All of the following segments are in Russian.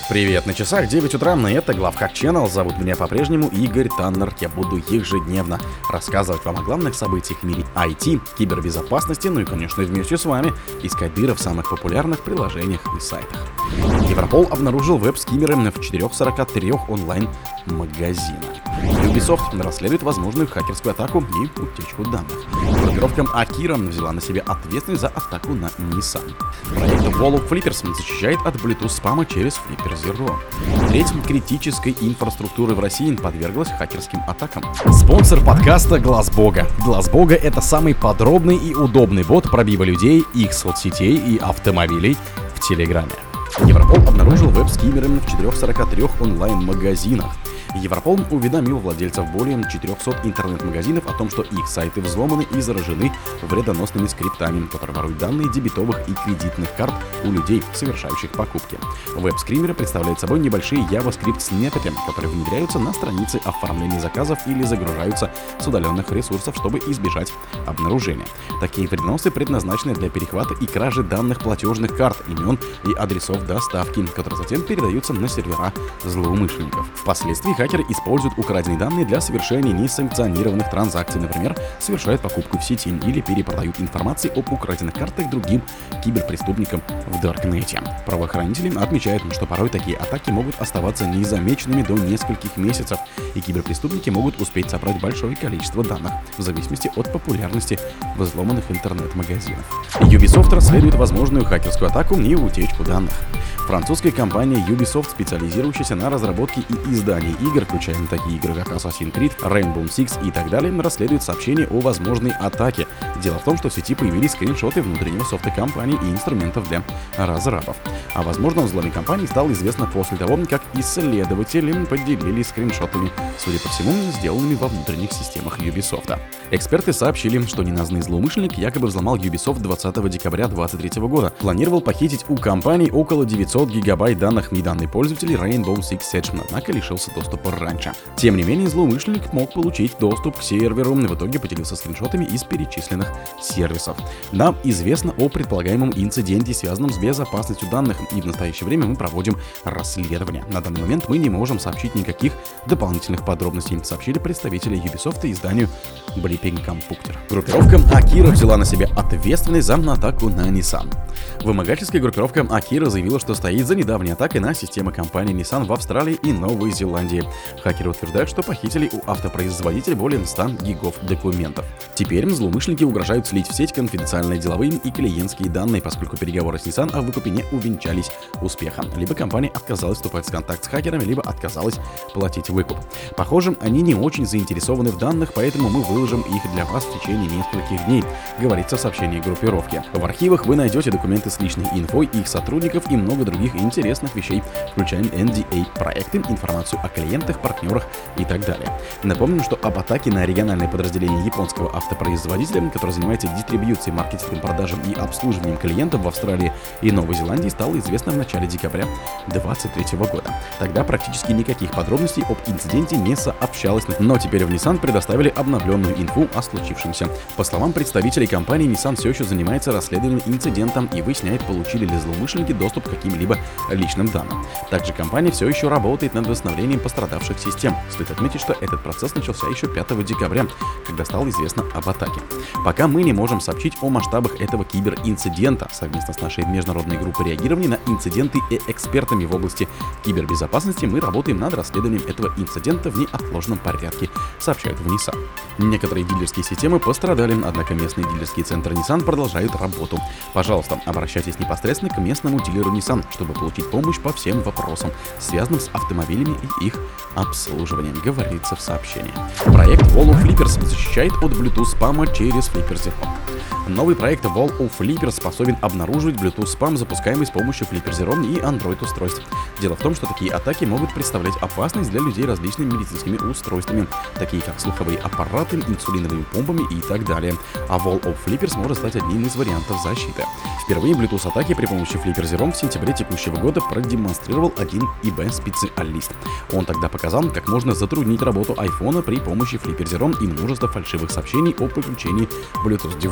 Привет, на часах 9 утра, и это Главхак Channel. Зовут меня по-прежнему Игорь Таннер. Я буду ежедневно рассказывать вам о главных событиях в мире IT, кибербезопасности, ну и, конечно, вместе с вами искать дыры в самых популярных приложениях и сайтах. Европол обнаружил веб-скиммеры в 443 онлайн-магазинах. Ubisoft расследует возможную хакерскую атаку и утечку данных. Группировка Akira взяла на себя ответственность за атаку на Nissan. Проект Wall of Flippers защищает от Bluetooth спама через Flipper Zero. Треть критической инфраструктуры в России подверглась хакерским атакам. Спонсор подкаста Глаз Бога. Глаз Бога — это самый подробный и удобный бот пробива людей, их соцсетей и автомобилей в Телеграме. Европол обнаружил веб-скиммеры в 443 онлайн-магазинах. Европол уведомил владельцев более 400 интернет-магазинов о том, что их сайты взломаны и заражены вредоносными скриптами, которые воруют данные дебетовых и кредитных карт у людей, совершающих покупки. Веб-скримеры представляют собой небольшие JavaScript-снеппеты, которые внедряются на страницы оформления заказов или загружаются с удаленных ресурсов, чтобы избежать обнаружения. Такие вредоносы предназначены для перехвата и кражи данных платежных карт, имен и адресов доставки, которые затем передаются на сервера злоумышленников. Впоследствии хакеры используют украденные данные для совершения несанкционированных транзакций, например, совершают покупку в сети или перепродают информацию об украденных картах другим киберпреступникам в Даркнете. Правоохранители отмечают, что порой такие атаки могут оставаться незамеченными до нескольких месяцев, и киберпреступники могут успеть собрать большое количество данных в зависимости от популярности взломанных интернет-магазинов. Ubisoft расследует возможную хакерскую атаку и утечку данных. Французская компания Ubisoft, специализирующаяся на разработке и издании игр, включая такие игры, как Assassin's Creed, Rainbow Six и так далее, расследует сообщение о возможной атаке. Дело в том, что в сети появились скриншоты внутреннего софта компании и инструментов для разрабов. О возможном взломе компании стало известно после того, как исследователи поделились скриншотами, судя по всему, сделанными во внутренних системах Ubisoft. Эксперты сообщили, что неназванный злоумышленник якобы взломал Ubisoft 20 декабря 2023 года. Планировал похитить у компании около 900 гигабайт данных неданных пользователей Rainbow Six Siege, однако лишился доступа раньше. Тем не менее, злоумышленник мог получить доступ к серверу, в итоге поделился скриншотами из перечисленных сервисов. Нам известно о предполагаемом инциденте, связанном с безопасностью данных, и в настоящее время мы проводим расследование. На данный момент мы не можем сообщить никаких дополнительных подробностей, сообщили представители Ubisoft и изданию Bleeping Computer. Группировка Akira взяла на себя ответственность за атаку на Nissan. Вымогательская группировка Akira заявила, что стоит за недавней атакой на системы компании Nissan в Австралии и Новой Зеландии. Хакеры утверждают, что похитили у автопроизводителя более 100 гигов документов. Теперь злоумышленники угрожают слить в сеть конфиденциальные деловые и клиентские данные, поскольку переговоры с Nissan о выкупе не увенчались успехом. Либо компания отказалась вступать в контакт с хакерами, либо отказалась платить выкуп. Похоже, они не очень заинтересованы в данных, поэтому мы выложим их для вас в течение нескольких дней, говорится в сообщении группировки. В архивах вы найдете документы с личной инфой их сотрудников и много других интересных вещей, включая NDA, проекты, информацию о клиентах, партнерах и так далее. Напомним, что об атаке на региональное подразделение японского автопроизводителя, который занимается дистрибьюцией, маркетингом, продажем и обслуживанием клиентов в Австралии и Новой Зеландии, стало известно в начале декабря 2023 года. Тогда практически никаких подробностей об инциденте не сообщалось, но теперь в Nissan предоставили обновленную инфу о случившемся. По словам представителей компании, Nissan все еще занимается расследованием инцидента и выясняет, получили ли злоумышленники доступ к каким-либо личным данным. Также компания все еще работает над восстановлением пострадавших систем. Стоит отметить, что этот процесс начался еще 5 декабря, когда стало известно об атаке. Пока мы не можем сообщить о масштабах этого киберинцидента. Совместно с нашей международной группой реагирования на инциденты и экспертами в области кибербезопасности мы работаем над расследованием этого инцидента в неотложном порядке, сообщают в Nissan. Некоторые дилерские системы пострадали, однако местные дилерские центры Nissan продолжают работу. Пожалуйста, обращайтесь непосредственно к местному дилеру Nissan, чтобы получить помощь по всем вопросам, связанным с автомобилями и их обслуживанием, говорится в сообщении. Проект Wall of Flippers защищает от Bluetooth спама через Flipper Zero. Новый проект Wall of Flippers способен обнаруживать Bluetooth спам, запускаемый с помощью Flipper Zero и Android устройств. Дело в том, что такие атаки могут представлять опасность для людей различными медицинскими устройствами, такие как слуховые аппараты, инсулиновыми помпами и так далее. А Wall of Flippers может стать одним из вариантов защиты. Впервые Bluetooth-атаки при помощи Flipper Zero в сентябре текущего года продемонстрировал один ИБ-специалист. Он тогда показал, как можно затруднить работу iPhone при помощи Flipper Zero и множество фальшивых сообщений о подключении Bluetooth девайсов.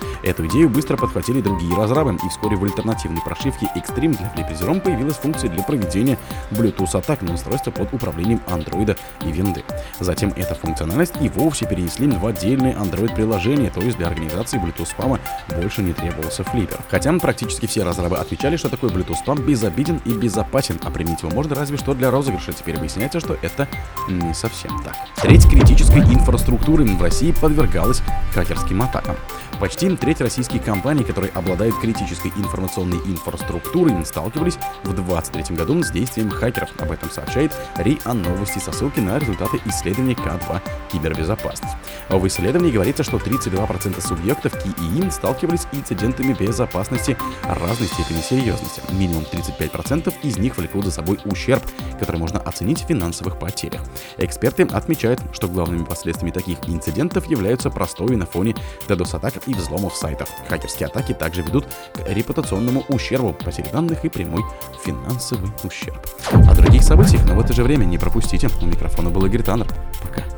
Эту идею быстро подхватили другие разрабы, и вскоре в альтернативной прошивке Extreme для FlippyZero появилась функция для проведения Bluetooth-атак на устройство под управлением Android и винды. Затем эту функциональность и вовсе перенесли в отдельное Android-приложение, то есть для организации Bluetooth-спама больше не требовался флиппер. Хотя практически все разрабы отвечали, что такой Bluetooth-спам безобиден и безопасен, а применить его можно разве что для розыгрыша. Теперь выясняется, что это не совсем так. Треть критической инфраструктуры в России подвергалась хакерским атакам. Почти треть российских компаний, которые обладают критической информационной инфраструктурой, сталкивались в 2023 году с действием хакеров. Об этом сообщает РИА Новости со ссылкой на результаты исследования К2 «Кибербезопасность». В исследовании говорится, что 32% субъектов КИИ сталкивались с инцидентами безопасности разной степени серьезности. Минимум 35% из них влекут за собой ущерб, который можно оценить в финансовых потерях. Эксперты отмечают, что главными последствиями таких инцидентов являются простои на фоне DDoS-атак и взломов сайтов. Хакерские атаки также ведут к репутационному ущербу, потере данных и прямой финансовый ущерб. О других событиях, но в это же время не пропустите. У микрофона был Игорь Таннер. Пока.